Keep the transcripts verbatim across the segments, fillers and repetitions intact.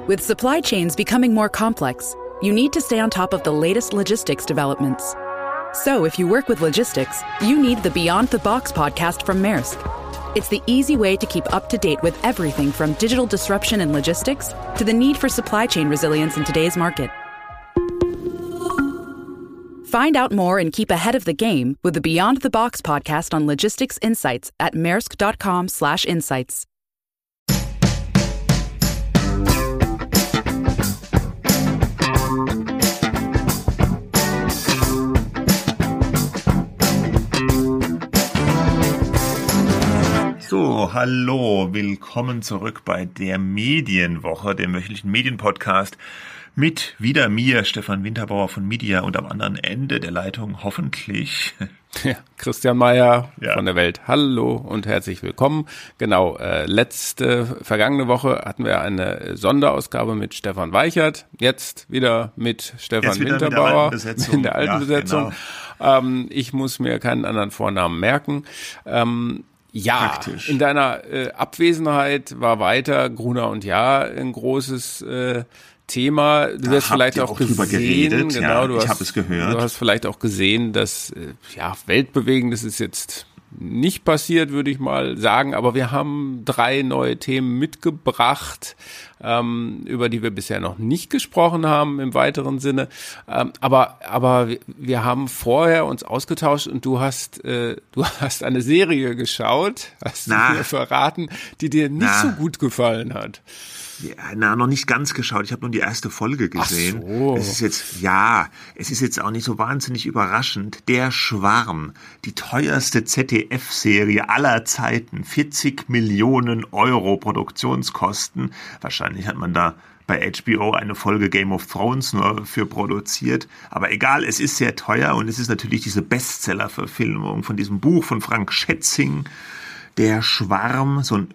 With supply chains becoming more complex, you need to stay on top of the latest logistics developments. So if you work with logistics, you need the Beyond the Box podcast from Maersk. It's the easy way to keep up to date with everything from digital disruption in logistics to the need for supply chain resilience in today's market. Find out more and keep ahead of the game with the Beyond the Box podcast on logistics insights at maersk.com slash insights. So, hallo, willkommen zurück bei der Medienwoche, dem wöchentlichen Medienpodcast mit wieder mir, Stefan Winterbauer von Media und am anderen Ende der Leitung hoffentlich ja, Christian Mayer ja. von der Welt. Hallo und herzlich willkommen. Genau, äh, letzte, vergangene Woche hatten wir eine Sonderausgabe mit Stefan Weichert, jetzt wieder mit Stefan wieder Winterbauer mit der alten Besetzung. in der alten ja, Besetzung. Genau. Ähm, ich muss mir keinen anderen Vornamen merken. Ähm, Ja, Praktisch. In deiner äh, Abwesenheit war weiter Gruner und Jahr ein großes äh, Thema. Du Da hast habt vielleicht ihr auch auch drüber gesehen, geredet, genau, ja, du ich hast, habe es gehört. Du hast vielleicht auch gesehen, dass äh, ja weltbewegend, das ist jetzt nicht passiert, würde ich mal sagen, aber wir haben drei neue Themen mitgebracht, ähm, über die wir bisher noch nicht gesprochen haben im weiteren Sinne. Ähm, aber aber wir haben vorher uns ausgetauscht und du hast äh, du hast eine Serie geschaut, hast du mir verraten, die dir nicht Na. so gut gefallen hat. Ja, na, noch nicht ganz geschaut. Ich habe nur die erste Folge gesehen. Ach so. Es ist jetzt, ja, es ist jetzt auch nicht so wahnsinnig überraschend. Der Schwarm, die teuerste Z D F-Serie aller Zeiten, vierzig Millionen Euro Produktionskosten. Wahrscheinlich hat man da bei H B O eine Folge Game of Thrones nur für produziert. Aber egal, es ist sehr teuer und es ist natürlich diese Bestseller-Verfilmung von diesem Buch von Frank Schätzing. Der Schwarm, so ein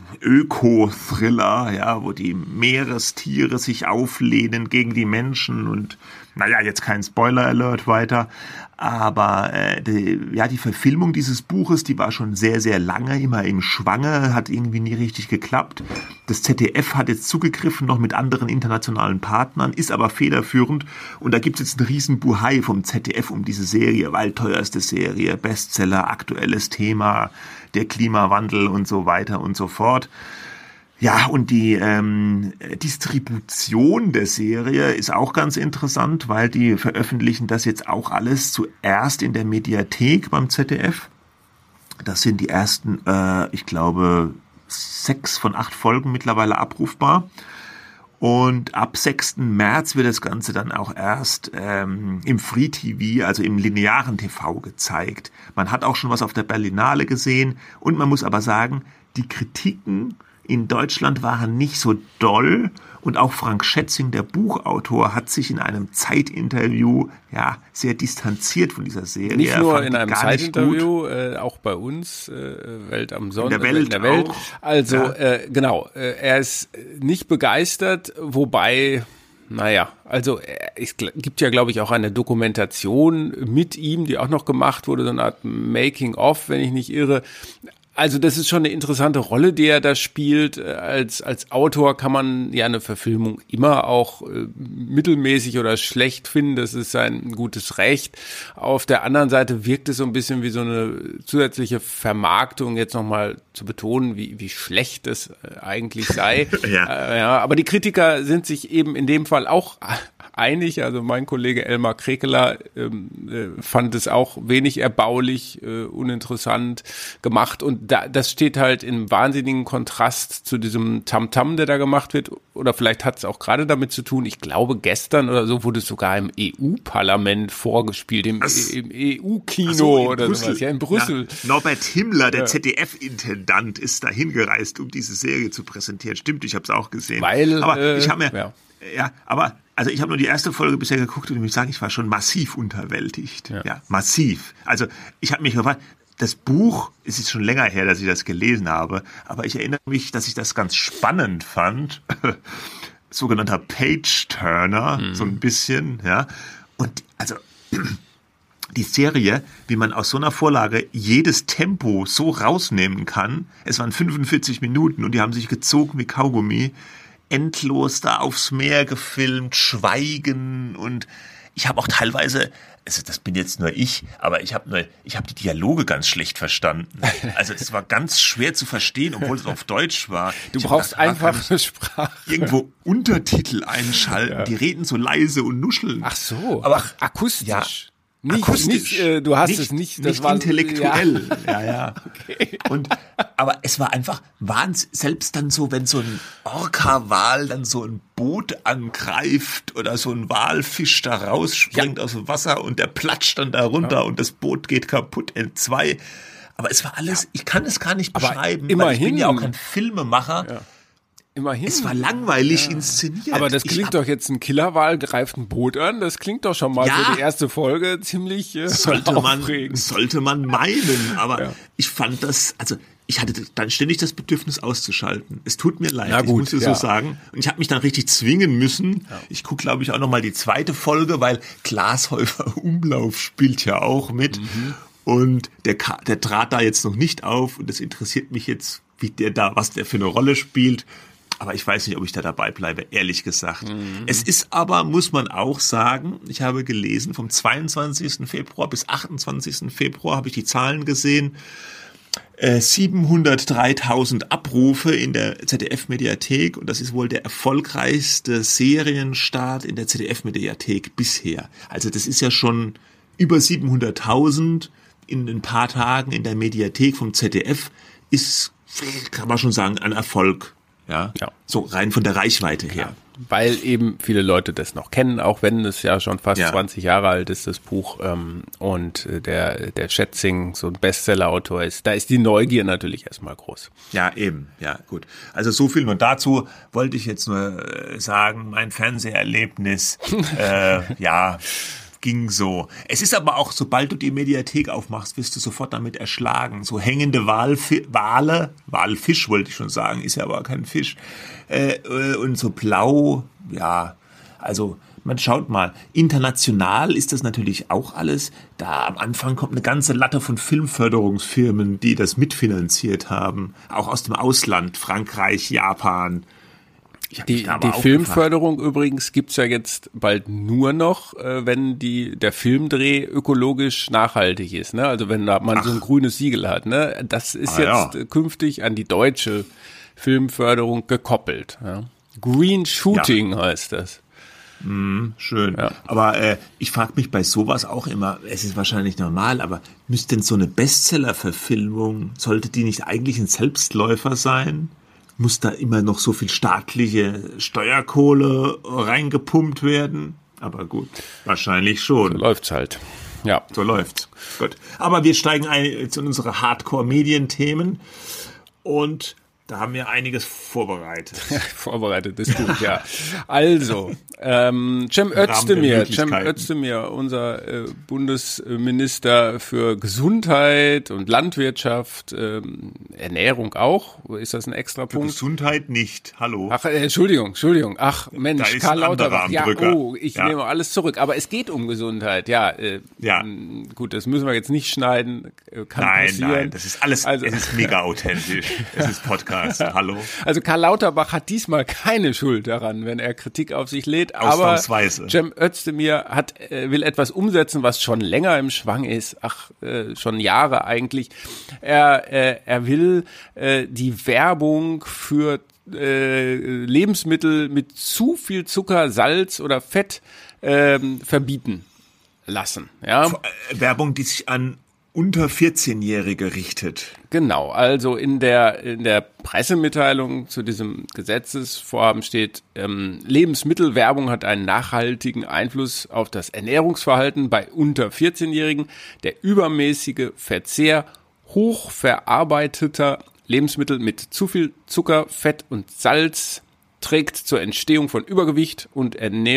Öko-Thriller, ja, wo die Meerestiere sich auflehnen gegen die Menschen und, naja, jetzt kein Spoiler-Alert weiter, aber äh, die, ja, die Verfilmung dieses Buches, die war schon sehr, sehr lange, immer im Schwange, hat irgendwie nie richtig geklappt. Das Z D F hat jetzt zugegriffen, noch mit anderen internationalen Partnern, ist aber federführend und da gibt es jetzt einen riesen Buhai vom Z D F um diese Serie, weil teuerste Serie, Bestseller, aktuelles Thema, der Klimawandel und so weiter und so fort. Ja, und die ähm, Distribution der Serie ist auch ganz interessant, weil die veröffentlichen das jetzt auch alles zuerst in der Mediathek beim Z D F. Das sind die ersten, äh, ich glaube, sechs von acht Folgen mittlerweile abrufbar. Und ab sechsten März wird das Ganze dann auch erst ähm, im Free-T V, also im linearen T V gezeigt. Man hat auch schon was auf der Berlinale gesehen und man muss aber sagen, die Kritiken in Deutschland waren nicht so doll und auch Frank Schätzing, der Buchautor, hat sich in einem Zeitinterview ja sehr distanziert von dieser Serie. Nicht Er nur fand in die einem gar nicht Zeitinterview, äh, auch bei uns, äh, Welt am Sonntag, in der Welt, in der Welt. Auch. Also Ja. äh, genau, äh, er ist nicht begeistert, wobei, naja, also es gibt ja, glaube ich, auch eine Dokumentation mit ihm, die auch noch gemacht wurde, so eine Art Making-of, wenn ich nicht irre. Also das ist schon eine interessante Rolle, die er da spielt. Als als Autor kann man ja eine Verfilmung immer auch äh, mittelmäßig oder schlecht finden. Das ist sein gutes Recht. Auf der anderen Seite wirkt es so ein bisschen wie so eine zusätzliche Vermarktung, jetzt nochmal zu betonen, wie wie schlecht es äh, eigentlich sei. ja. Äh, ja, aber die Kritiker sind sich eben in dem Fall auch einig. Also mein Kollege Elmar Krekeler ähm, äh, fand es auch wenig erbaulich, äh, uninteressant gemacht und da, das steht halt im wahnsinnigen Kontrast zu diesem Tamtam, der da gemacht wird. Oder vielleicht hat es auch gerade damit zu tun, ich glaube gestern oder so wurde es sogar im E U-Parlament vorgespielt, im, im E U-Kino so, oder Brüssel. sowas, ja in Brüssel. Ja, Norbert Himmler, der Ja. Z D F-Intendant, ist da hingereist, um diese Serie zu präsentieren. Stimmt, ich habe es auch gesehen. Weil, aber äh, ich habe mir, ja. ja, aber also ich habe nur die erste Folge bisher geguckt und ich muss sagen, ich war schon massiv unterwältigt. Ja, Ja. massiv. Also ich habe mich gefragt, das Buch, es ist schon länger her, dass ich das gelesen habe, aber ich erinnere mich, dass ich das ganz spannend fand. Sogenannter Page-Turner, mhm. so ein bisschen, ja. Und also die Serie, wie man aus so einer Vorlage jedes Tempo so rausnehmen kann, es waren fünfundvierzig Minuten und die haben sich gezogen wie Kaugummi, endlos da aufs Meer gefilmt, Schweigen und ich habe auch teilweise, also das bin jetzt nur ich, aber ich habe nur, ich habe die Dialoge ganz schlecht verstanden. Also es war ganz schwer zu verstehen, obwohl es auf Deutsch war. Du ich brauchst gedacht, einfache Sprache. Irgendwo Untertitel einschalten, ja. Die reden so leise und nuscheln. Ach so, aber ach, akustisch. Ja. Nicht, Akustisch. Nicht, äh, du hast nicht, es nicht, das nicht war intellektuell. Ja, ja. ja. Okay. Und, aber es war einfach Wahnsinn, selbst dann so, wenn so ein Orca-Wal dann so ein Boot angreift oder so ein Walfisch da rausspringt ja. aus dem Wasser und der platscht dann da runter ja. und das Boot geht kaputt in zwei. Aber es war alles, ja. ich kann es gar nicht beschreiben, immerhin, weil ich bin ja auch kein Filmemacher. Ja. Immerhin. Es war langweilig ja. inszeniert. Aber das klingt hab, doch jetzt, ein Killerwal greift ein Boot an. Das klingt doch schon mal ja, für die erste Folge ziemlich äh, sollte man aufregend. Sollte man meinen. Aber ja. ich fand das, also ich hatte dann ständig das Bedürfnis auszuschalten. Es tut mir leid, Na gut, ich muss es ja. so sagen. Und ich habe mich dann richtig zwingen müssen. Ja. Ich gucke, glaube ich, auch nochmal die zweite Folge, weil Glashäufer Umlauf spielt ja auch mit. Mhm. Und der, der trat da jetzt noch nicht auf. Und das interessiert mich jetzt, wie der da, was der für eine Rolle spielt. Aber ich weiß nicht, ob ich da dabei bleibe, ehrlich gesagt. Mhm. Es ist aber, muss man auch sagen, ich habe gelesen, vom zweiundzwanzigsten Februar bis achtundzwanzigsten Februar habe ich die Zahlen gesehen, äh, siebenhundertdreitausend Abrufe in der Z D F-Mediathek und das ist wohl der erfolgreichste Serienstart in der Z D F-Mediathek bisher. Also das ist ja schon über siebenhunderttausend in ein paar Tagen in der Mediathek vom Z D F, ist, kann man schon sagen, ein Erfolg. Ja, ja, so rein von der Reichweite her. Ja, weil eben viele Leute das noch kennen, auch wenn es ja schon fast ja. zwanzig Jahre alt ist, das Buch, ähm, und der, der Schätzing so ein Bestseller-Autor ist. Da ist die Neugier natürlich erstmal groß. Ja, eben, ja, gut. Also so viel nur dazu, wollte ich jetzt nur sagen, mein Fernseherlebnis, äh, ja, ging so. Es ist aber auch, sobald du die Mediathek aufmachst, wirst du sofort damit erschlagen. So hängende Walfi- Wale, Walfisch wollte ich schon sagen, ist ja aber kein Fisch. Äh, und so blau, ja, also man schaut mal, international ist das natürlich auch alles. Da am Anfang kommt eine ganze Latte von Filmförderungsfirmen, die das mitfinanziert haben. Auch aus dem Ausland, Frankreich, Japan. Die, die Filmförderung gefragt. Übrigens gibt's ja jetzt bald nur noch, äh, wenn die der Filmdreh ökologisch nachhaltig ist, ne? Also wenn da man Ach. so ein grünes Siegel hat, ne? Das ist ah, jetzt ja. künftig an die deutsche Filmförderung gekoppelt. Ja? Green Shooting ja. heißt das. Mm, schön. Ja. Aber äh, ich frage mich bei sowas auch immer, es ist wahrscheinlich normal, aber müsste denn so eine Bestseller-Verfilmung, sollte die nicht eigentlich ein Selbstläufer sein? Muss da immer noch so viel staatliche Steuerkohle reingepumpt werden? Aber gut, wahrscheinlich schon. So läuft's halt. Ja. So läuft's. Gut. Aber wir steigen ein zu unsere Hardcore-Medien-Themen und da haben wir einiges vorbereitet. Vorbereitet ist gut, ja. Also, ähm, Cem Özdemir, Cem Özdemir, unser äh, Bundesminister für Gesundheit und Landwirtschaft, ähm, Ernährung auch. Ist das ein extra Punkt? Für Gesundheit nicht. Hallo. Ach, äh, Entschuldigung, Entschuldigung. Ach, Mensch, Karl Lauterbach. Ja, oh, ich ja. nehme alles zurück. Aber es geht um Gesundheit. Ja, äh, ja. Gut, das müssen wir jetzt nicht schneiden. Kann nein, passieren. Nein, das ist alles, also, es ist mega authentisch. Es ist Podcast. Hallo. Also Karl Lauterbach hat diesmal keine Schuld daran, wenn er Kritik auf sich lädt, aber Cem Özdemir hat, äh, will etwas umsetzen, was schon länger im Schwang ist, ach, äh, schon Jahre eigentlich. Er, äh, er will äh, die Werbung für äh, Lebensmittel mit zu viel Zucker, Salz oder Fett äh, verbieten lassen. Ja? Werbung, die sich an unter vierzehnjährige richtet. Genau, also in der in der Pressemitteilung zu diesem Gesetzesvorhaben steht, ähm, Lebensmittelwerbung hat einen nachhaltigen Einfluss auf das Ernährungsverhalten bei unter vierzehnjährigen. Der übermäßige Verzehr hochverarbeiteter Lebensmittel mit zu viel Zucker, Fett und Salz trägt zur Entstehung von Übergewicht und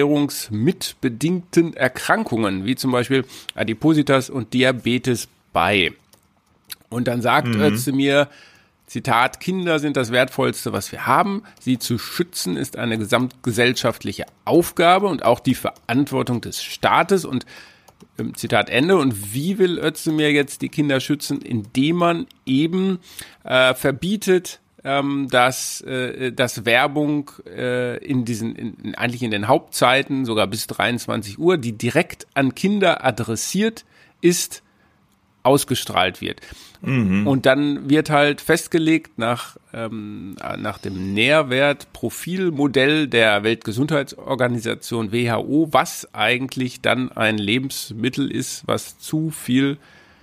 ernährungsmitbedingten Erkrankungen, wie zum Beispiel Adipositas und Diabetes bei. Und dann sagt mhm. Özdemir, Zitat, Kinder sind das Wertvollste, was wir haben. Sie zu schützen ist eine gesamtgesellschaftliche Aufgabe und auch die Verantwortung des Staates. Und ähm, Zitat Ende. Und wie will Özdemir jetzt die Kinder schützen? Indem man eben äh, verbietet, ähm, dass, äh, dass Werbung äh, in diesen, in, eigentlich in den Hauptzeiten, sogar bis dreiundzwanzig Uhr, die direkt an Kinder adressiert ist, ausgestrahlt wird. Mhm. Und dann wird halt festgelegt nach, ähm, nach dem Nährwertprofilmodell der Weltgesundheitsorganisation W H O, was eigentlich dann ein Lebensmittel ist, was zu viel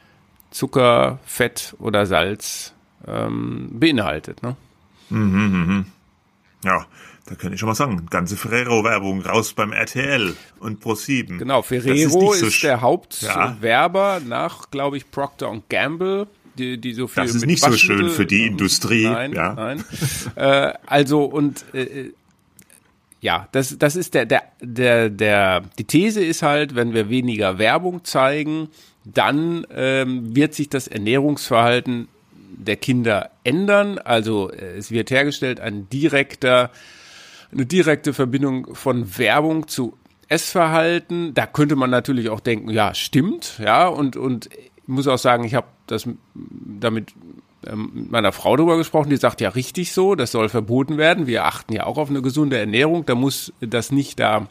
Zucker, Fett oder Salz ähm, beinhaltet. Ne? Mhm, mhm. Ja, da kann ich schon mal sagen, ganze Ferrero-Werbung raus beim R T L und ProSieben. Genau, Ferrero ist, so ist der Hauptwerber ja. nach, glaube ich, Procter und Gamble, die, die so viel Das ist mit nicht so schön für die Industrie. Nein, ja. nein. äh, also und äh, ja, das, das ist der, der, der, der, die These ist halt, wenn wir weniger Werbung zeigen, dann ähm, wird sich das Ernährungsverhalten der Kinder ändern. Also äh, es wird hergestellt ein direkter eine direkte Verbindung von Werbung zu Essverhalten. Da könnte man natürlich auch denken, ja, stimmt, ja, und und ich muss auch sagen, ich habe das damit ähm, mit meiner Frau drüber gesprochen, die sagt, ja, richtig so, das soll verboten werden. Wir achten ja auch auf eine gesunde Ernährung, da muss das nicht da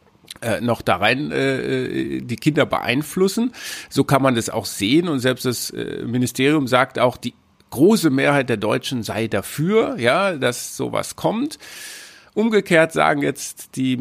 äh, noch da rein äh, die Kinder beeinflussen. So kann man das auch sehen und selbst das äh, Ministerium sagt auch, die große Mehrheit der Deutschen sei dafür, ja, dass sowas kommt. Umgekehrt sagen jetzt die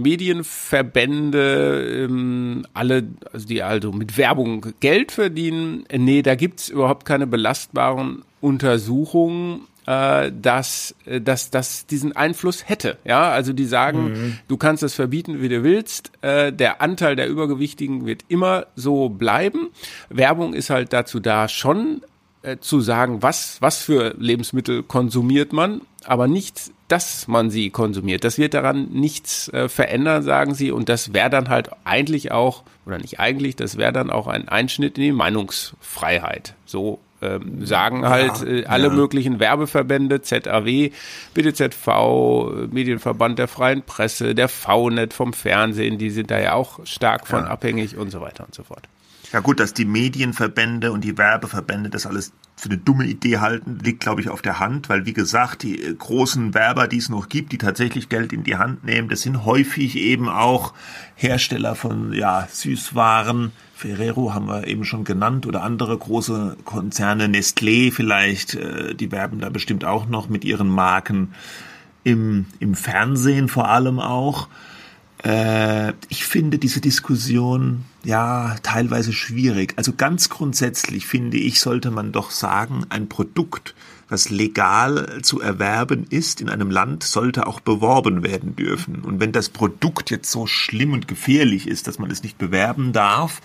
Medienverbände, ähm, alle, also die also mit Werbung Geld verdienen, nee, da gibt's überhaupt keine belastbaren Untersuchungen, äh, dass, dass das diesen Einfluss hätte. Ja, also die sagen, mhm. du kannst das verbieten, wie du willst, äh, der Anteil der Übergewichtigen wird immer so bleiben. Werbung ist halt dazu da, schon äh, zu sagen, was, was für Lebensmittel konsumiert man, aber nicht, dass man sie konsumiert. Das wird daran nichts äh, verändern, sagen sie. Und das wäre dann halt eigentlich auch, oder nicht eigentlich, das wäre dann auch ein Einschnitt in die Meinungsfreiheit. So ähm, sagen halt äh, alle ja. möglichen Werbeverbände, Z A W, B D Z V, Medienverband der Freien Presse, der V Net vom Fernsehen, die sind da ja auch stark von ja. abhängig und so weiter und so fort. Ja gut, dass die Medienverbände und die Werbeverbände das alles für eine dumme Idee halten, liegt, glaube ich, auf der Hand, weil, wie gesagt, die großen Werber, die es noch gibt, die tatsächlich Geld in die Hand nehmen, das sind häufig eben auch Hersteller von ja Süßwaren. Ferrero haben wir eben schon genannt oder andere große Konzerne, Nestlé vielleicht, äh, die werben da bestimmt auch noch mit ihren Marken im, im Fernsehen vor allem auch. Äh, ich finde diese Diskussion ja teilweise schwierig. Also ganz grundsätzlich finde ich, sollte man doch sagen, ein Produkt, was legal zu erwerben ist in einem Land, sollte auch beworben werden dürfen. Und wenn das Produkt jetzt so schlimm und gefährlich ist, dass man es nicht bewerben darf,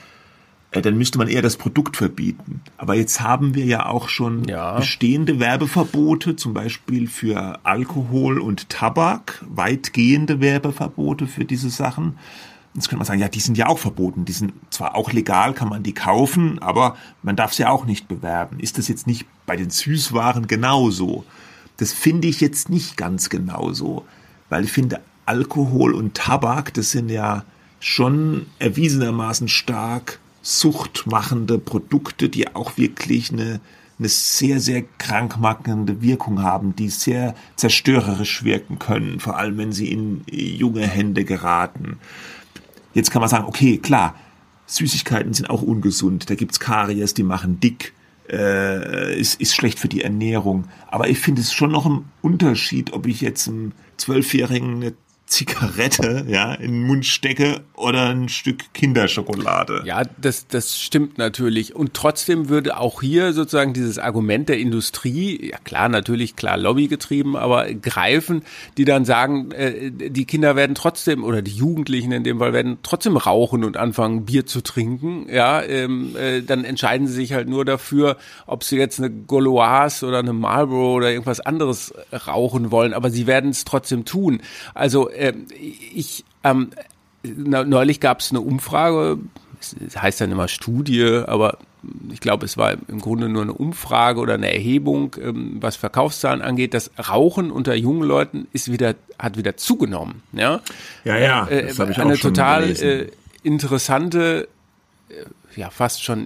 äh, dann müsste man eher das Produkt verbieten. Aber jetzt haben wir ja auch schon ja. bestehende Werbeverbote, zum Beispiel für Alkohol und Tabak, weitgehende Werbeverbote für diese Sachen. Jetzt könnte man sagen, ja, die sind ja auch verboten. Die sind zwar auch legal, kann man die kaufen, aber man darf sie auch nicht bewerben. Ist das jetzt nicht bei den Süßwaren genauso? Das finde ich jetzt nicht ganz genauso, weil ich finde, Alkohol und Tabak, das sind ja schon erwiesenermaßen stark suchtmachende Produkte, die auch wirklich eine, eine sehr, sehr krankmachende Wirkung haben, die sehr zerstörerisch wirken können, vor allem wenn sie in junge Hände geraten. Jetzt kann man sagen, okay, klar, Süßigkeiten sind auch ungesund, da gibt's Karies, die machen dick, äh, ist, ist schlecht für die Ernährung. Aber ich finde es schon noch ein Unterschied, ob ich jetzt einem Zwölfjährigen eine Zigarette, ja, in den Mund stecke oder ein Stück Kinderschokolade. Ja, das, das stimmt natürlich. Und trotzdem würde auch hier sozusagen dieses Argument der Industrie, ja klar, natürlich, klar lobbygetrieben, aber greifen, die dann sagen, äh, die Kinder werden trotzdem, oder die Jugendlichen in dem Fall, werden trotzdem rauchen und anfangen, Bier zu trinken. Ja, ähm, äh, dann entscheiden sie sich halt nur dafür, ob sie jetzt eine Gauloise oder eine Marlboro oder irgendwas anderes rauchen wollen, aber sie werden es trotzdem tun. Also ich, ähm, neulich gab es eine Umfrage, es heißt dann immer Studie, aber ich glaube, es war im Grunde nur eine Umfrage oder eine Erhebung, ähm, was Verkaufszahlen angeht. Das Rauchen unter jungen Leuten ist wieder, hat wieder zugenommen. Ja, ja, ja äh, das habe ich eine auch schon total gelesen. Äh, interessante, äh, ja fast schon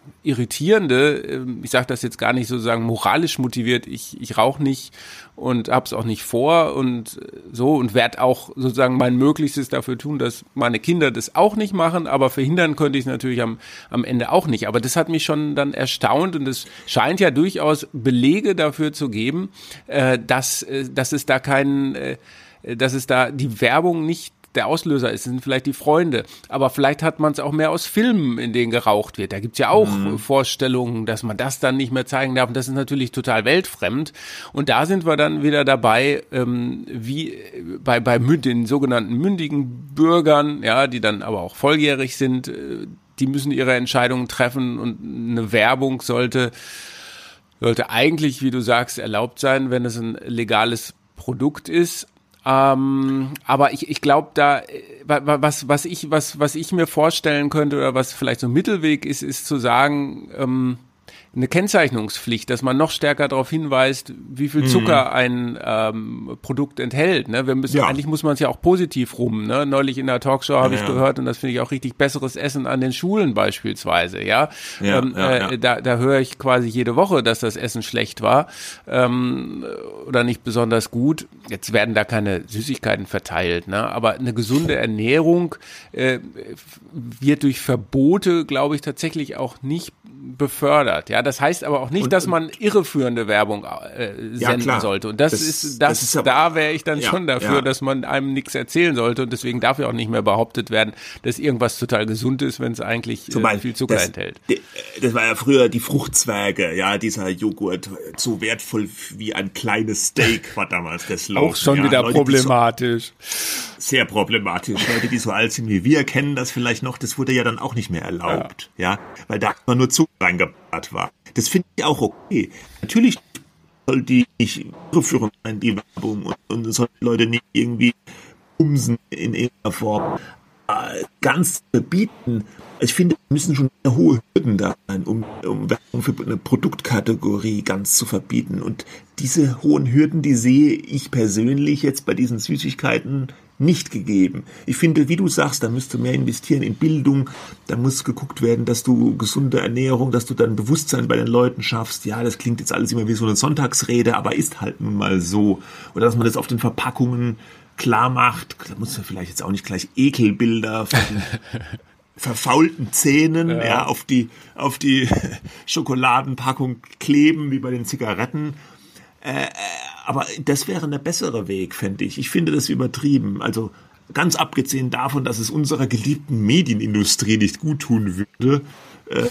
Irritierende, ich sage das jetzt gar nicht sozusagen moralisch motiviert, ich, ich rauche nicht und hab's auch nicht vor und so und werde auch sozusagen mein Möglichstes dafür tun, dass meine Kinder das auch nicht machen, aber verhindern könnte ich es natürlich am, am Ende auch nicht. Aber das hat mich schon dann erstaunt und es scheint ja durchaus Belege dafür zu geben, äh, dass, äh, dass es da keinen, äh, dass es da die Werbung nicht der Auslöser ist, sind vielleicht die Freunde. Aber vielleicht hat man es auch mehr aus Filmen, in denen geraucht wird. Da gibt's ja auch mhm. Vorstellungen, dass man das dann nicht mehr zeigen darf. Und das ist natürlich total weltfremd. Und da sind wir dann wieder dabei, ähm, wie bei, bei den sogenannten mündigen Bürgern, ja, die dann aber auch volljährig sind, äh, die müssen ihre Entscheidungen treffen und eine Werbung sollte, sollte eigentlich, wie du sagst, erlaubt sein, wenn es ein legales Produkt ist. Ähm, aber ich, ich glaube da, was, was ich, was, was ich mir vorstellen könnte oder was vielleicht so ein Mittelweg ist, ist zu sagen, ähm, eine Kennzeichnungspflicht, dass man noch stärker darauf hinweist, wie viel Zucker mhm. ein ähm, Produkt enthält. Ne? Wir müssen, ja. Eigentlich muss man es ja auch positiv rum. Ne? Neulich in der Talkshow habe ja, ich ja. gehört, und das finde ich auch richtig, besseres Essen an den Schulen beispielsweise. Ja, ja, ähm, ja, ja. Äh, da, da höre ich quasi jede Woche, dass das Essen schlecht war ähm, oder nicht besonders gut. Jetzt werden da keine Süßigkeiten verteilt, ne? Aber eine gesunde Ernährung äh, wird durch Verbote, glaube ich, tatsächlich auch nicht befördert. Ja, das heißt aber auch nicht, und, dass man irreführende Werbung äh, senden ja, sollte. Und das, das ist, das, das ist aber, da wäre ich dann ja, schon dafür, ja. dass man einem nichts erzählen sollte. Und deswegen darf ja auch nicht mehr behauptet werden, dass irgendwas total gesund ist, wenn es eigentlich äh, viel Zucker das, enthält. Das war ja früher die Fruchtzwerge, ja, dieser Joghurt, so wertvoll wie ein kleines Steak war damals der Slogan. Auch schon ja, wieder Leute, problematisch. So, sehr problematisch. Leute, die so alt sind wie wir, kennen das vielleicht noch. Das wurde ja dann auch nicht mehr erlaubt, ja, ja, weil da immer nur Zucker reingebracht war. Das finde ich auch okay. Natürlich soll die nicht irreführend sein, die Werbung, und, und sollen die Leute nicht irgendwie umsen in irgendeiner Form. Äh, ganz verbieten. Ich finde, wir müssen schon hohe Hürden da sein, um, um Werbung für eine Produktkategorie ganz zu verbieten. Und diese hohen Hürden, die sehe ich persönlich jetzt bei diesen Süßigkeiten nicht gegeben. Ich finde, wie du sagst, da müsst du mehr investieren in Bildung, da muss geguckt werden, dass du gesunde Ernährung, dass du dann Bewusstsein bei den Leuten schaffst. Ja, das klingt jetzt alles immer wie so eine Sonntagsrede, aber ist halt nun mal so. Oder dass man das auf den Verpackungen klar macht. Da muss man vielleicht jetzt auch nicht gleich Ekelbilder von verfaulten Zähnen ja. ja auf die auf die Schokoladenpackung kleben, wie bei den Zigaretten. Äh, aber das wäre der bessere Weg, fände ich. Ich finde das übertrieben. Also ganz abgesehen davon, dass es unserer geliebten Medienindustrie nicht gut tun würde, äh,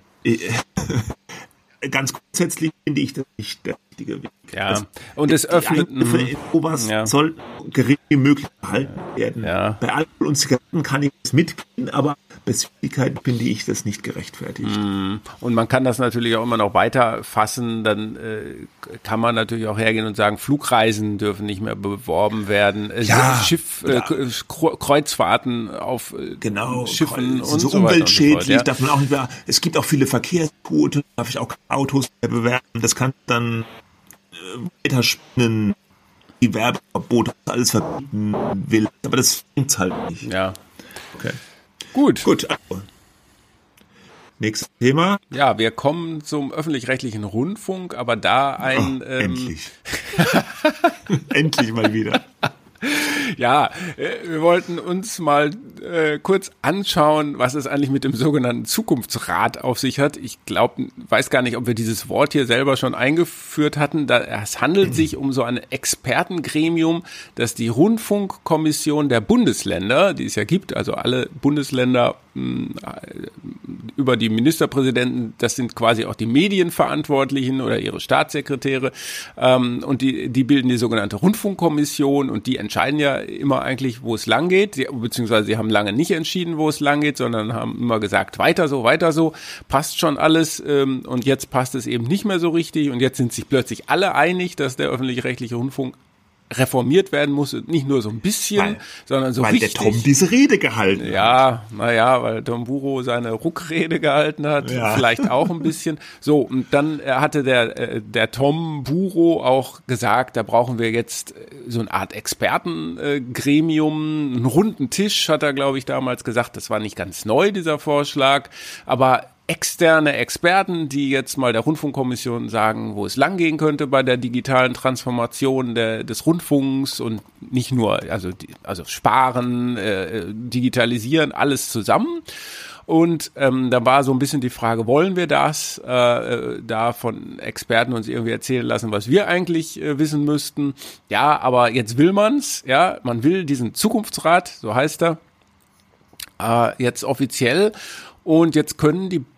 äh, ganz grundsätzlich finde ich das nicht der richtige Weg. Ja, also, und es öffnet... Sowas ja. soll gering wie möglich gehalten werden. Ja. Bei Alkohol und Zigaretten kann ich das mitgehen, aber bei Süßigkeiten finde ich das nicht gerechtfertigt. Und man kann das natürlich auch immer noch weiter fassen, dann äh, kann man natürlich auch hergehen und sagen, Flugreisen dürfen nicht mehr beworben werden, äh, ja, Schiff, äh, Kreuzfahrten auf äh, genau, Schiffen so und so umweltschädlich, weiter und so fort, ja. darf man auch nicht mehr, es gibt auch viele Verkehrsquoten, darf ich auch keine Autos mehr bewerben, das kann dann äh, weiter spinnen, die Werbeverbote alles verbieten will, aber das bringt's halt nicht. Ja. Okay. Gut. Gut. Also. Nächstes Thema. Ja, wir kommen zum öffentlich-rechtlichen Rundfunk, aber da ein... Oh, ähm, endlich. Endlich mal wieder. Ja, wir wollten uns mal äh, kurz anschauen, was es eigentlich mit dem sogenannten Zukunftsrat auf sich hat. Ich glaube, weiß gar nicht, ob wir dieses Wort hier selber schon eingeführt hatten. Da, es handelt sich um so ein Expertengremium, das die Rundfunkkommission der Bundesländer, die es ja gibt, also alle Bundesländer mh, über die Ministerpräsidenten, das sind quasi auch die Medienverantwortlichen oder ihre Staatssekretäre, ähm, und die, die bilden die sogenannte Rundfunkkommission und die entscheiden ja immer eigentlich, wo es lang geht, sie, beziehungsweise sie haben lange nicht entschieden, wo es lang geht, sondern haben immer gesagt, weiter so, weiter so, passt schon alles, ähm, und jetzt passt es eben nicht mehr so richtig und jetzt sind sich plötzlich alle einig, dass der öffentlich-rechtliche Rundfunk reformiert werden muss, nicht nur so ein bisschen, weil, sondern so weil richtig. Weil der Tom diese Rede gehalten hat. Ja, naja, weil Tom Buro seine Ruckrede gehalten hat, ja. Vielleicht auch ein bisschen. So, und dann hatte der der Tom Buro auch gesagt, da brauchen wir jetzt so eine Art Expertengremium, einen runden Tisch, hat er, glaube ich, damals gesagt. Das war nicht ganz neu, dieser Vorschlag, aber externe Experten, die jetzt mal der Rundfunkkommission sagen, wo es langgehen könnte bei der digitalen Transformation der, des Rundfunks und nicht nur, also, also sparen, äh, digitalisieren, alles zusammen. Und ähm, da war so ein bisschen die Frage, wollen wir das, äh, da von Experten uns irgendwie erzählen lassen, was wir eigentlich äh, wissen müssten. Ja, aber jetzt will man's, ja, man will diesen Zukunftsrat, so heißt er, äh, jetzt offiziell. Und jetzt können die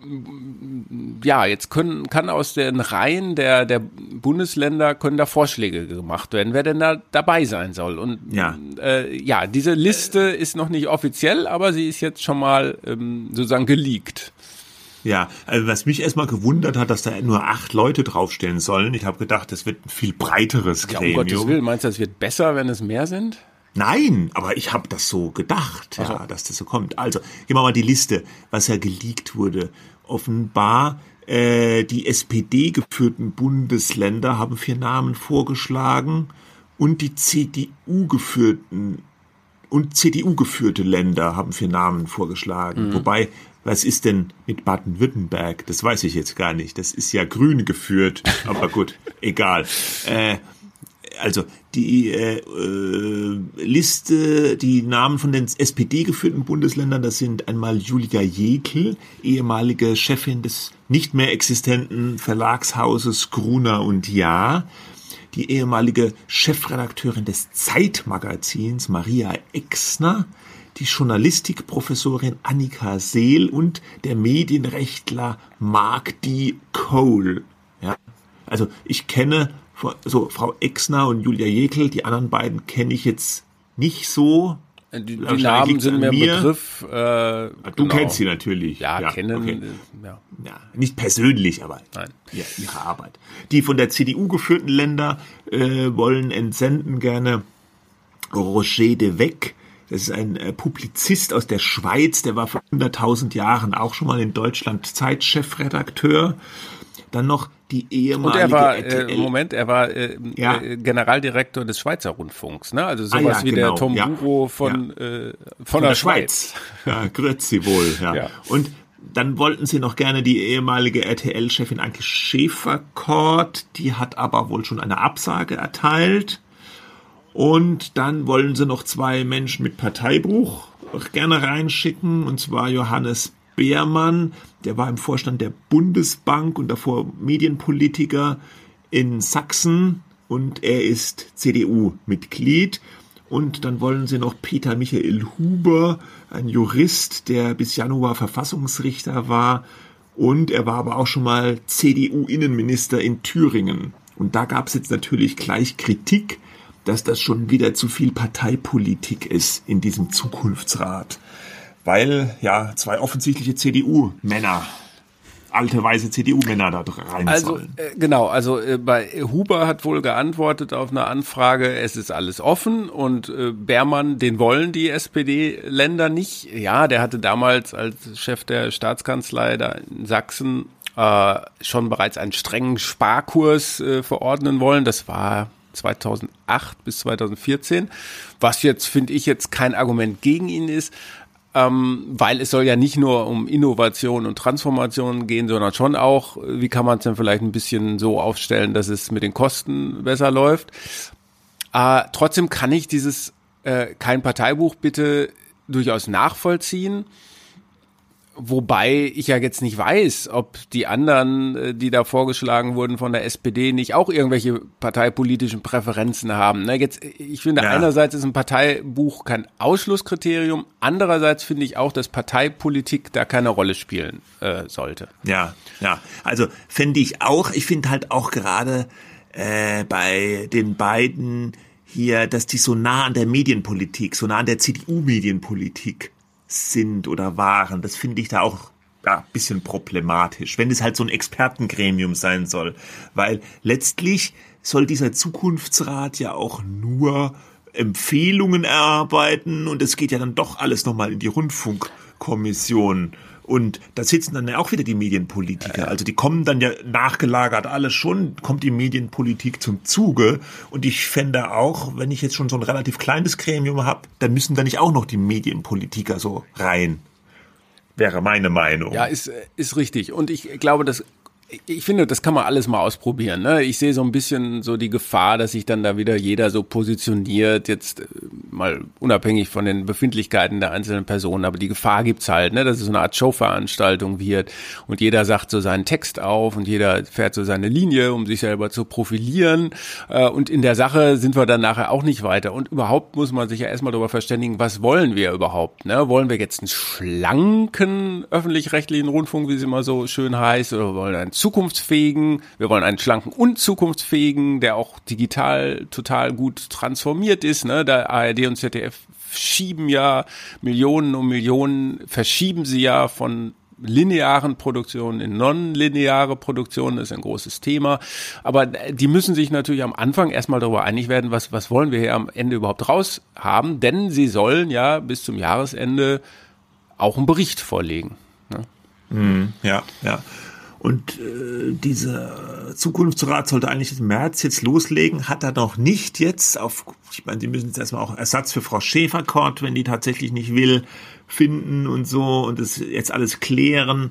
Ja, jetzt können, kann aus den Reihen der, der Bundesländer können da Vorschläge gemacht werden, wer denn da dabei sein soll. Und ja, äh, ja diese Liste ist noch nicht offiziell, aber sie ist jetzt schon mal ähm, sozusagen geleakt. Ja, also was mich erstmal gewundert hat, dass da nur acht Leute draufstellen sollen. Ich habe gedacht, das wird ein viel breiteres Ja, Gremium. um Gottes Willen, meinst du, es wird besser, wenn es mehr sind? Nein, aber ich habe das so gedacht, ja, so. dass das so kommt. Also, gehen wir mal die Liste, was ja geleakt wurde. Offenbar äh, die S P D-geführten Bundesländer haben vier Namen vorgeschlagen und die C D U-geführten und C D U-geführte Länder haben vier Namen vorgeschlagen. Mhm. Wobei, was ist denn mit Baden-Württemberg? Das weiß ich jetzt gar nicht. Das ist ja grün geführt, aber gut, egal. Äh, Also die äh, äh, Liste, die Namen von den S P D-geführten Bundesländern, das sind einmal Julia Jekyll, ehemalige Chefin des nicht mehr existenten Verlagshauses Gruner und Jahr, die ehemalige Chefredakteurin des Zeitmagazins Maria Exner, die Journalistikprofessorin Annika Seel und der Medienrechtler Mark D. Cole. Ja, also ich kenne so Frau Exner und Julia Jekyll, die anderen beiden kenne ich jetzt nicht so. Die, die Namen sind mir ein Begriff. Äh, du genau. kennst sie natürlich. Ja, ja kennen. Okay. Ja. Ja, nicht persönlich, aber Nein. Ja, ihre Arbeit. Die von der C D U geführten Länder äh, wollen entsenden gerne Roger de Weck. Das ist ein äh, Publizist aus der Schweiz, der war vor hunderttausend Jahren auch schon mal in Deutschland Zeitchefredakteur. Dann noch die ehemalige Und er war, R T L. äh, Moment, er war äh, ja. äh, Generaldirektor des Schweizer Rundfunks, ne? Also sowas ah, ja, wie genau. der Tom ja. Buro von, ja. äh, von, von der, der Schweiz. Schweiz. Ja, grüezi wohl. Ja. ja. Und dann wollten sie noch gerne die ehemalige R T L-Chefin Anke Schäfer-Kort, die hat aber wohl schon eine Absage erteilt. Und dann wollen sie noch zwei Menschen mit Parteibuch gerne reinschicken, und zwar Johannes Beermann, der war im Vorstand der Bundesbank und davor Medienpolitiker in Sachsen und er ist C D U-Mitglied. Und dann wollen sie noch Peter Michael Huber, ein Jurist, der bis Januar Verfassungsrichter war und er war aber auch schon mal C D U-Innenminister in Thüringen. Und da gab es jetzt natürlich gleich Kritik, dass das schon wieder zu viel Parteipolitik ist in diesem Zukunftsrat. Weil, ja, zwei offensichtliche C D U-Männer, alte weiße C D U-Männer da rein also, sollen. Äh, genau, also äh, bei Huber hat wohl geantwortet auf eine Anfrage, es ist alles offen und äh, Beermann, den wollen die S P D-Länder nicht. Ja, der hatte damals als Chef der Staatskanzlei da in Sachsen äh, schon bereits einen strengen Sparkurs äh, verordnen wollen. Das war zweitausendacht bis zweitausendvierzehn, was jetzt, finde ich, jetzt kein Argument gegen ihn ist. Ähm, weil es soll ja nicht nur um Innovation und Transformation gehen, sondern schon auch, wie kann man es denn vielleicht ein bisschen so aufstellen, dass es mit den Kosten besser läuft. Äh, trotzdem kann ich dieses äh, kein Parteibuch bitte durchaus nachvollziehen. Wobei ich ja jetzt nicht weiß, ob die anderen, die da vorgeschlagen wurden von der S P D, nicht auch irgendwelche parteipolitischen Präferenzen haben. Jetzt, ich finde, ja. einerseits ist ein Parteibuch kein Ausschlusskriterium, andererseits finde ich auch, dass Parteipolitik da keine Rolle spielen äh, sollte. Ja, ja, also finde ich auch. Ich finde halt auch gerade äh, bei den beiden hier, dass die so nah an der Medienpolitik, so nah an der C D U-Medienpolitik sind oder waren, das finde ich da auch ja, ein bisschen problematisch, wenn es halt so ein Expertengremium sein soll, weil letztlich soll dieser Zukunftsrat ja auch nur Empfehlungen erarbeiten und es geht ja dann doch alles nochmal in die Rundfunkkommission und da sitzen dann ja auch wieder die Medienpolitiker, also die kommen dann ja nachgelagert alles schon, kommt die Medienpolitik zum Zuge und ich fände auch, wenn ich jetzt schon so ein relativ kleines Gremium habe, dann müssen da nicht auch noch die Medienpolitiker so rein. wäre meine Meinung. Ja, ist, ist richtig. Und ich glaube, dass ich finde, das kann man alles mal ausprobieren. Ne? Ich sehe so ein bisschen so die Gefahr, dass sich dann da wieder jeder so positioniert, jetzt äh, mal unabhängig von den Befindlichkeiten der einzelnen Personen, aber die Gefahr gibt's halt, ne? Dass es so eine Art Showveranstaltung wird und jeder sagt so seinen Text auf und jeder fährt so seine Linie, um sich selber zu profilieren, äh, und in der Sache sind wir dann nachher auch nicht weiter. Und überhaupt muss man sich ja erstmal darüber verständigen, was wollen wir überhaupt? Ne? Wollen wir jetzt einen schlanken öffentlich-rechtlichen Rundfunk, wie es immer so schön heißt, oder wollen wir einen zukunftsfähigen, wir wollen einen schlanken und zukunftsfähigen, der auch digital total gut transformiert ist, ne? Da A R D und Z D F schieben ja Millionen um Millionen, verschieben sie ja von linearen Produktionen in nonlineare Produktionen, ist ein großes Thema, aber die müssen sich natürlich am Anfang erstmal darüber einig werden, was, was wollen wir hier am Ende überhaupt raus haben, denn sie sollen ja bis zum Jahresende auch einen Bericht vorlegen. Ne? Mm, ja, ja. Und äh, dieser Zukunftsrat sollte eigentlich im März jetzt loslegen, hat er noch nicht jetzt auf, ich meine, die müssen jetzt erstmal auch Ersatz für Frau Schäferkort, wenn die tatsächlich nicht will, finden und so und das jetzt alles klären.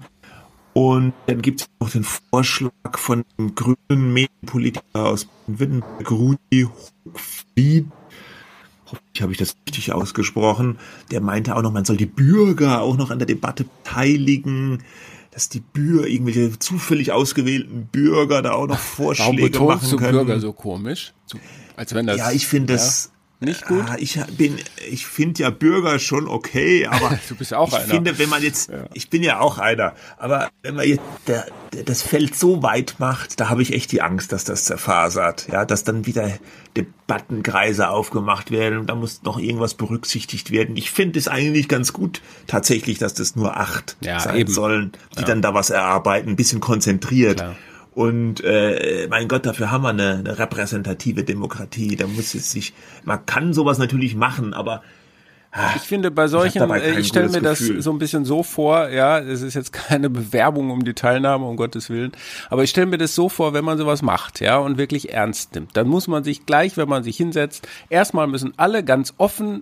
Und dann gibt es noch den Vorschlag von dem grünen Medienpolitiker aus Baden-Württemberg, Rudi Hochfliet. Hoffentlich habe ich das richtig ausgesprochen. Der meinte auch noch, man soll die Bürger auch noch an der Debatte beteiligen, dass die Bürger, irgendwelche zufällig ausgewählten Bürger da auch noch Vorschläge Warum machen zu können. Bürger so komisch? Als wenn das, ja, ich finde das ja, nicht gut. Ah, ich bin, ich finde ja Bürger schon okay, aber du bist auch ich einer. finde, wenn man jetzt, ja. ich bin ja auch einer, aber wenn man jetzt der, der, das Feld so weit macht, da habe ich echt die Angst, dass das zerfasert, ja, dass dann wieder Debattenkreise aufgemacht werden und da muss noch irgendwas berücksichtigt werden. Ich finde es eigentlich ganz gut tatsächlich, dass das nur acht ja, sein eben. sollen, die ja. dann da was erarbeiten, ein bisschen konzentriert. Klar. Und äh, mein Gott, dafür haben wir eine, eine repräsentative Demokratie. Da muss es sich, man kann sowas natürlich machen, aber ich finde bei solchen, ich, ich stelle mir das Gefühl. so ein bisschen so vor, ja, es ist jetzt keine Bewerbung um die Teilnahme, um Gottes Willen, aber ich stelle mir das so vor, wenn man sowas macht, ja, und wirklich ernst nimmt, dann muss man sich gleich, wenn man sich hinsetzt, erstmal müssen alle ganz offen,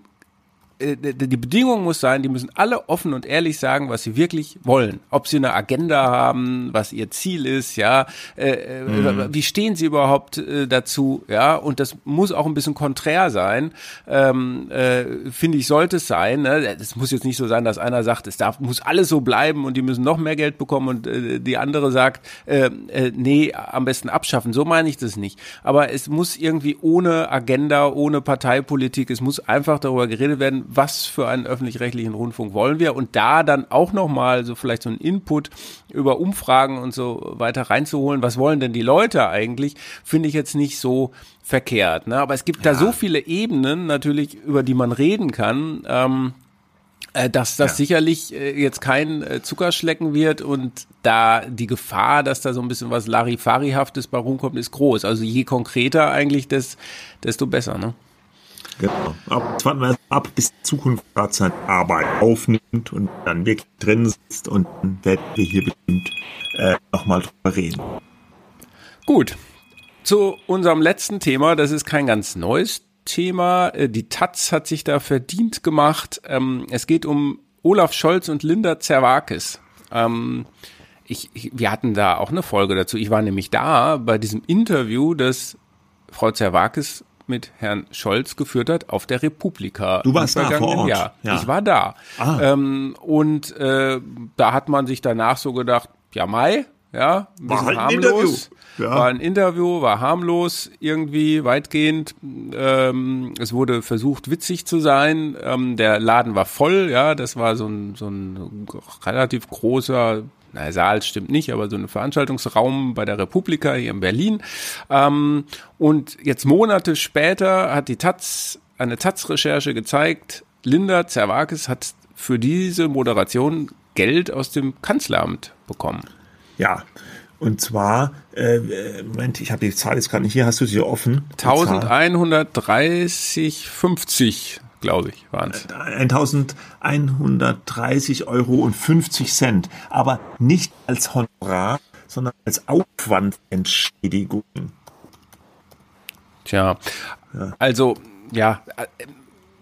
die Bedingung muss sein, die müssen alle offen und ehrlich sagen, was sie wirklich wollen. Ob sie eine Agenda haben, was ihr Ziel ist, ja, äh, mhm. wie stehen sie überhaupt äh, dazu, ja, und das muss auch ein bisschen konträr sein, ähm, äh, finde ich, sollte es sein, ne? Es muss jetzt nicht so sein, dass einer sagt, es darf, muss alles so bleiben und die müssen noch mehr Geld bekommen und äh, die andere sagt, äh, äh, nee, am besten abschaffen, so meine ich das nicht. Aber es muss irgendwie ohne Agenda, ohne Parteipolitik, es muss einfach darüber geredet werden, was für einen öffentlich-rechtlichen Rundfunk wollen wir und da dann auch nochmal so vielleicht so einen Input über Umfragen und so weiter reinzuholen, was wollen denn die Leute eigentlich, finde ich jetzt nicht so verkehrt, ne? Aber es gibt ja da so viele Ebenen natürlich, über die man reden kann, ähm, äh, dass das ja. sicherlich äh, jetzt kein äh, Zuckerschlecken wird und da die Gefahr, dass da so ein bisschen was Larifari-haftes bei rumkommt, ist groß. Also je konkreter eigentlich, des, desto besser, ne? Genau. Aber jetzt warten wir ab, bis die Zukunftsratszeit Arbeit aufnimmt und dann wirklich drin sitzt und dann werden wir hier bestimmt äh, nochmal drüber reden. Gut. Zu unserem letzten Thema, das ist kein ganz neues Thema. Die Taz hat sich da verdient gemacht. Ähm, es geht um Olaf Scholz und Linda Zerwakis. Ähm, ich, ich, wir hatten da auch eine Folge dazu. Ich war nämlich da bei diesem Interview, das Frau Zerwakis mit Herrn Scholz geführt hat auf der Republika. Du warst da vor Ort? Jahr. Ja. Ich war da. Ah. Ähm, und äh, da hat man sich danach so gedacht, ja Mai, ja, ein war bisschen halt ein harmlos. Ja. War ein Interview, war harmlos irgendwie weitgehend. Ähm, es wurde versucht, witzig zu sein. Ähm, der Laden war voll, ja, das war so ein, so ein relativ großer, na, Saal stimmt nicht, aber so ein Veranstaltungsraum bei der Republika hier in Berlin. Ähm, und jetzt Monate später hat die Taz, eine Taz-Recherche gezeigt, Linda Zerwakis hat für diese Moderation Geld aus dem Kanzleramt bekommen. Ja, und zwar, äh, Moment, ich habe die Zahl jetzt gerade nicht hier, hast du sie offen? elfhundertdreißig fünfzig, glaube ich, waren es. elfhundertdreißig Euro und fünfzig Cent, aber nicht als Honorar, sondern als Aufwandentschädigung. Tja, ja. also, ja,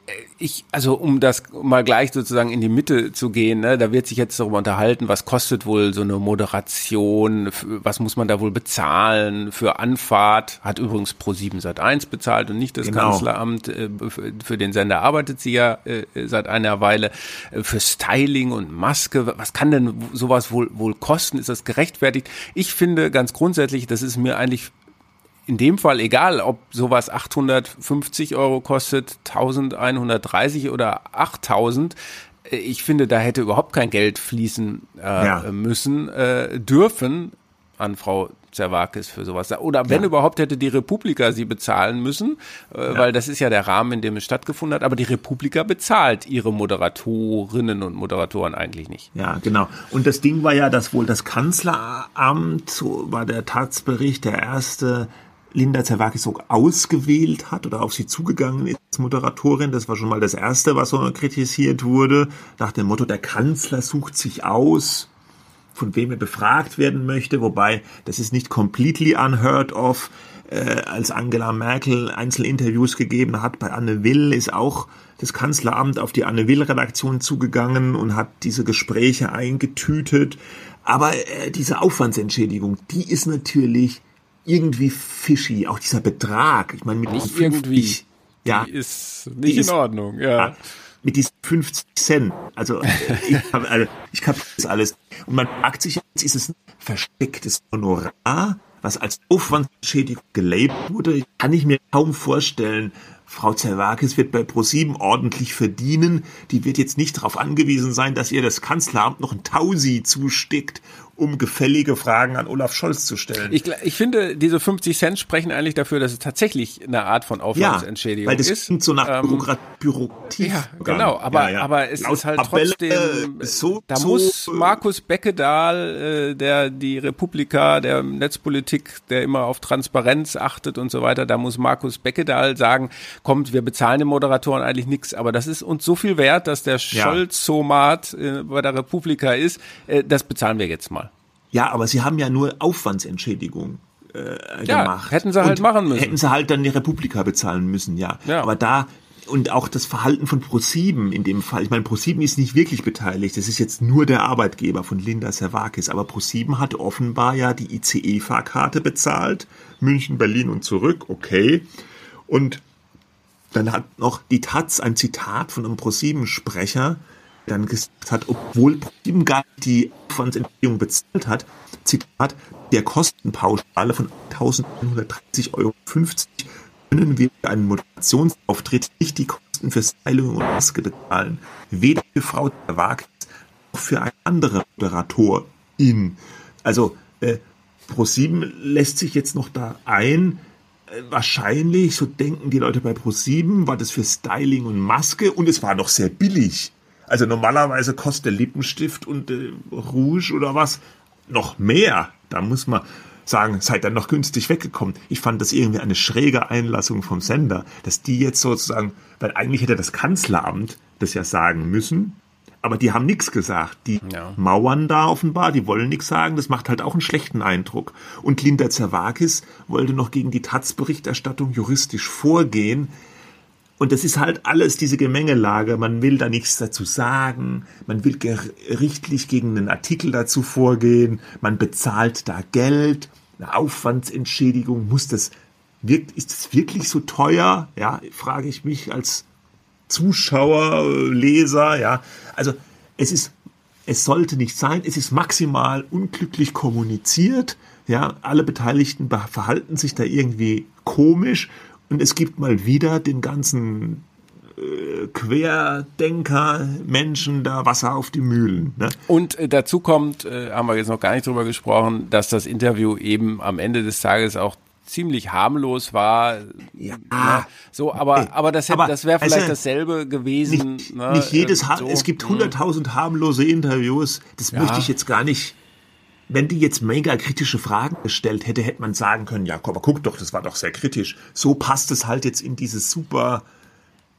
Ich, also um das mal gleich sozusagen in die Mitte zu gehen, ne, da wird sich jetzt darüber unterhalten, was kostet wohl so eine Moderation, was muss man da wohl bezahlen für Anfahrt, hat übrigens ProSieben Sat eins bezahlt und nicht das Genau. Kanzleramt, für den Sender arbeitet sie ja seit einer Weile, für Styling und Maske, was kann denn sowas wohl, wohl kosten, ist das gerechtfertigt? Ich finde ganz grundsätzlich, das ist mir eigentlich in dem Fall egal, ob sowas achthundertfünfzig Euro kostet, elfhundertdreißig oder achttausend. Ich finde, da hätte überhaupt kein Geld fließen äh, ja. müssen, äh, dürfen an Frau Zerwakis für sowas. Oder wenn ja. überhaupt, hätte die Republika sie bezahlen müssen, äh, ja. weil das ist ja der Rahmen, in dem es stattgefunden hat. Aber die Republika bezahlt ihre Moderatorinnen und Moderatoren eigentlich nicht. Ja, genau. Und das Ding war ja, dass wohl das Kanzleramt, so war der Taz-Bericht, der erste, Linda Zerwakis so ausgewählt hat oder auf sie zugegangen ist als Moderatorin. Das war schon mal das Erste, was so kritisiert wurde. Nach dem Motto, der Kanzler sucht sich aus, von wem er befragt werden möchte. Wobei, das ist nicht completely unheard of. Äh, als Angela Merkel Einzelinterviews gegeben hat bei Anne Will, ist auch das Kanzleramt auf die Anne Will-Redaktion zugegangen und hat diese Gespräche eingetütet. Aber äh, diese Aufwandsentschädigung, die ist natürlich irgendwie fishy, auch dieser Betrag. Ich meine, mit nicht fünfzig, irgendwie, ja, die ist nicht in ist, Ordnung, ja. ja. Mit diesen fünfzig Cent. Also ich habe also, ich hab das alles. Und man fragt sich jetzt, ist es ein verstecktes Honorar, was als Aufwandsentschädigung gelabelt wurde? Kann ich mir kaum vorstellen. Frau Zerwakis wird bei ProSieben ordentlich verdienen. Die wird jetzt nicht darauf angewiesen sein, dass ihr das Kanzleramt noch ein Tausi zusteckt, um gefällige Fragen an Olaf Scholz zu stellen. Ich, ich finde, diese fünfzig Cent sprechen eigentlich dafür, dass es tatsächlich eine Art von Aufwandsentschädigung ja, weil das ist. klingt so nach ähm, Bürokrat- Bürokratie. Ja, genau, aber, ja, ja. aber es Laut ist halt Tabelle, trotzdem, so, da so, muss Markus Beckedahl, äh, der die Republika, der Netzpolitik, der immer auf Transparenz achtet und so weiter, da muss Markus Beckedahl sagen, kommt, wir bezahlen den Moderatoren eigentlich nichts, aber das ist uns so viel wert, dass der Ja. Scholz-Somat äh, bei der Republika ist, äh, das bezahlen wir jetzt mal. Ja, aber sie haben ja nur Aufwandsentschädigung äh, Ja, gemacht. hätten sie halt und machen müssen. Hätten sie halt dann die Republika bezahlen müssen, ja. Ja. Aber da, und auch das Verhalten von ProSieben in dem Fall, ich meine, ProSieben ist nicht wirklich beteiligt, das ist jetzt nur der Arbeitgeber von Linda Zerwakis, aber ProSieben hat offenbar ja die I C E-Fahrkarte bezahlt, München, Berlin und zurück, okay. Und dann hat noch die Taz ein Zitat von einem ProSieben-Sprecher dann gesagt hat, obwohl ProSieben gar nicht die Aufwandsentschädigung bezahlt hat, Zitat, der Kostenpauschale von eintausendeinhundertdreißig Euro fünfzig können wir für einen Moderationsauftritt nicht die Kosten für Styling und Maske bezahlen. Weder für Frau Zerwakis noch für eine andere Moderatorin. Also äh, ProSieben lässt sich jetzt noch da ein, äh, wahrscheinlich, so denken die Leute bei ProSieben, war das für Styling und Maske und es war noch sehr billig. Also normalerweise kostet der Lippenstift und äh, Rouge oder was noch mehr. Da muss man sagen, seid dann noch günstig weggekommen. Ich fand das irgendwie eine schräge Einlassung vom Sender, dass die jetzt sozusagen, weil eigentlich hätte das Kanzleramt das ja sagen müssen, aber die haben nichts gesagt. Die ja. mauern da offenbar, die wollen nichts sagen, das macht halt auch einen schlechten Eindruck. Und Linda Zerwakis wollte noch gegen die Taz-Berichterstattung juristisch vorgehen. Und das ist halt alles diese Gemengelage. Man will da nichts dazu sagen. Man will gerichtlich gegen einen Artikel dazu vorgehen. Man bezahlt da Geld. Eine Aufwandsentschädigung. Muss das, wirkt, ist das wirklich so teuer? Ja, frage ich mich als Zuschauer, Leser. Ja, also es ist, es sollte nicht sein. Es ist maximal unglücklich kommuniziert. Ja, alle Beteiligten verhalten sich da irgendwie komisch. Und es gibt mal wieder den ganzen äh, Querdenker, Menschen da Wasser auf die Mühlen. Ne? Und äh, dazu kommt, äh, haben wir jetzt noch gar nicht drüber gesprochen, dass das Interview eben am Ende des Tages auch ziemlich harmlos war. Ja. Ne? So, aber, aber das, hätte, aber das wäre vielleicht also, dasselbe gewesen. Nicht, ne? nicht jedes, so, es gibt hunderttausend harmlose Interviews. Das ja. möchte ich jetzt gar nicht. Wenn die jetzt mega kritische Fragen gestellt hätte, hätte man sagen können, ja, aber guck doch, das war doch sehr kritisch. So passt es halt jetzt in dieses super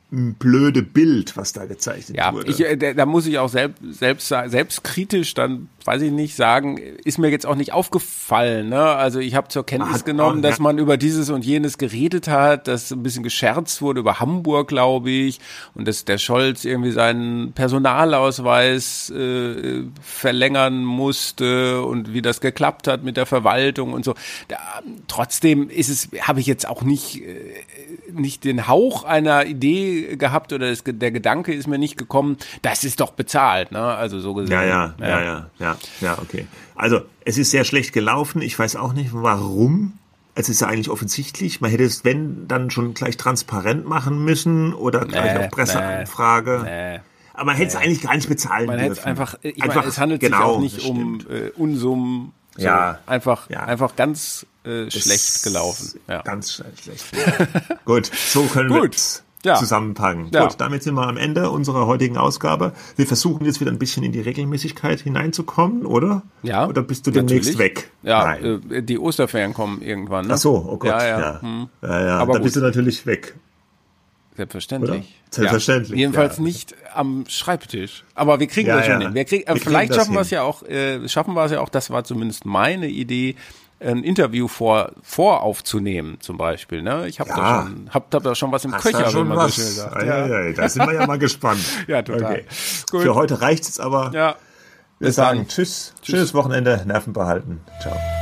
blöde Bild, was da gezeichnet ja, wurde. Ich, da, da muss ich auch selbst, selbst, selbstkritisch dann, weiß ich nicht, sagen, ist mir jetzt auch nicht aufgefallen. Ne? Also ich habe zur Kenntnis hat, genommen, oh, dass ja. man über dieses und jenes geredet hat, dass ein bisschen gescherzt wurde über Hamburg, glaube ich, und dass der Scholz irgendwie seinen Personalausweis äh, verlängern musste und wie das geklappt hat mit der Verwaltung und so. Da, trotzdem ist es, habe ich jetzt auch nicht, äh, nicht den Hauch einer Idee gehabt oder das, der Gedanke ist mir nicht gekommen, das ist doch bezahlt, ne? Also so gesehen. Ja, ja, ja, ja, ja, ja, ja, okay. Also es ist sehr schlecht gelaufen. Ich weiß auch nicht, warum. Es ist ja eigentlich offensichtlich. Man hätte es, wenn, dann schon gleich transparent machen müssen oder gleich Nee, auf Presseanfrage. Nee. Nee. Aber man hätte es eigentlich gar nicht bezahlen man dürfen. Man hätte einfach, ich einfach, meine, es handelt genau, sich auch nicht um äh, Unsummen. So, ja, einfach, ja. einfach ganz äh, schlecht gelaufen. Ja. Ganz schlecht. Ja. Gut, so können wir es ja. zusammenpacken. Ja. Gut, damit sind wir am Ende unserer heutigen Ausgabe. Wir versuchen jetzt wieder ein bisschen in die Regelmäßigkeit hineinzukommen, oder? Ja. Oder bist du demnächst natürlich. weg? Ja, Nein. äh, die Osterferien kommen irgendwann. Ne? Ach so, oh Gott. Ja, ja. ja. Hm. ja, ja. Aber da gut. bist du natürlich weg. Selbstverständlich. Oder? Selbstverständlich. Ja. Jedenfalls ja. nicht am Schreibtisch. Aber wir kriegen ja, das schon ja. hin. Wir kriegen, äh, wir vielleicht kriegen schaffen wir es ja auch, äh, schaffen wir es ja auch, das war zumindest meine Idee, ein Interview vor, voraufzunehmen, zum Beispiel. Ne? Ich habe ja. da schon, hab, hab da schon was im Hast Köcher, da schon wenn man was? so schön sagt. Ah, ja, ja, ja. Da sind wir ja mal gespannt. Ja, total. Okay. Gut. Für heute reicht es aber. Ja. Wir Bis sagen dann. tschüss. Tschüss. Schönes Wochenende. Nerven behalten. Ciao.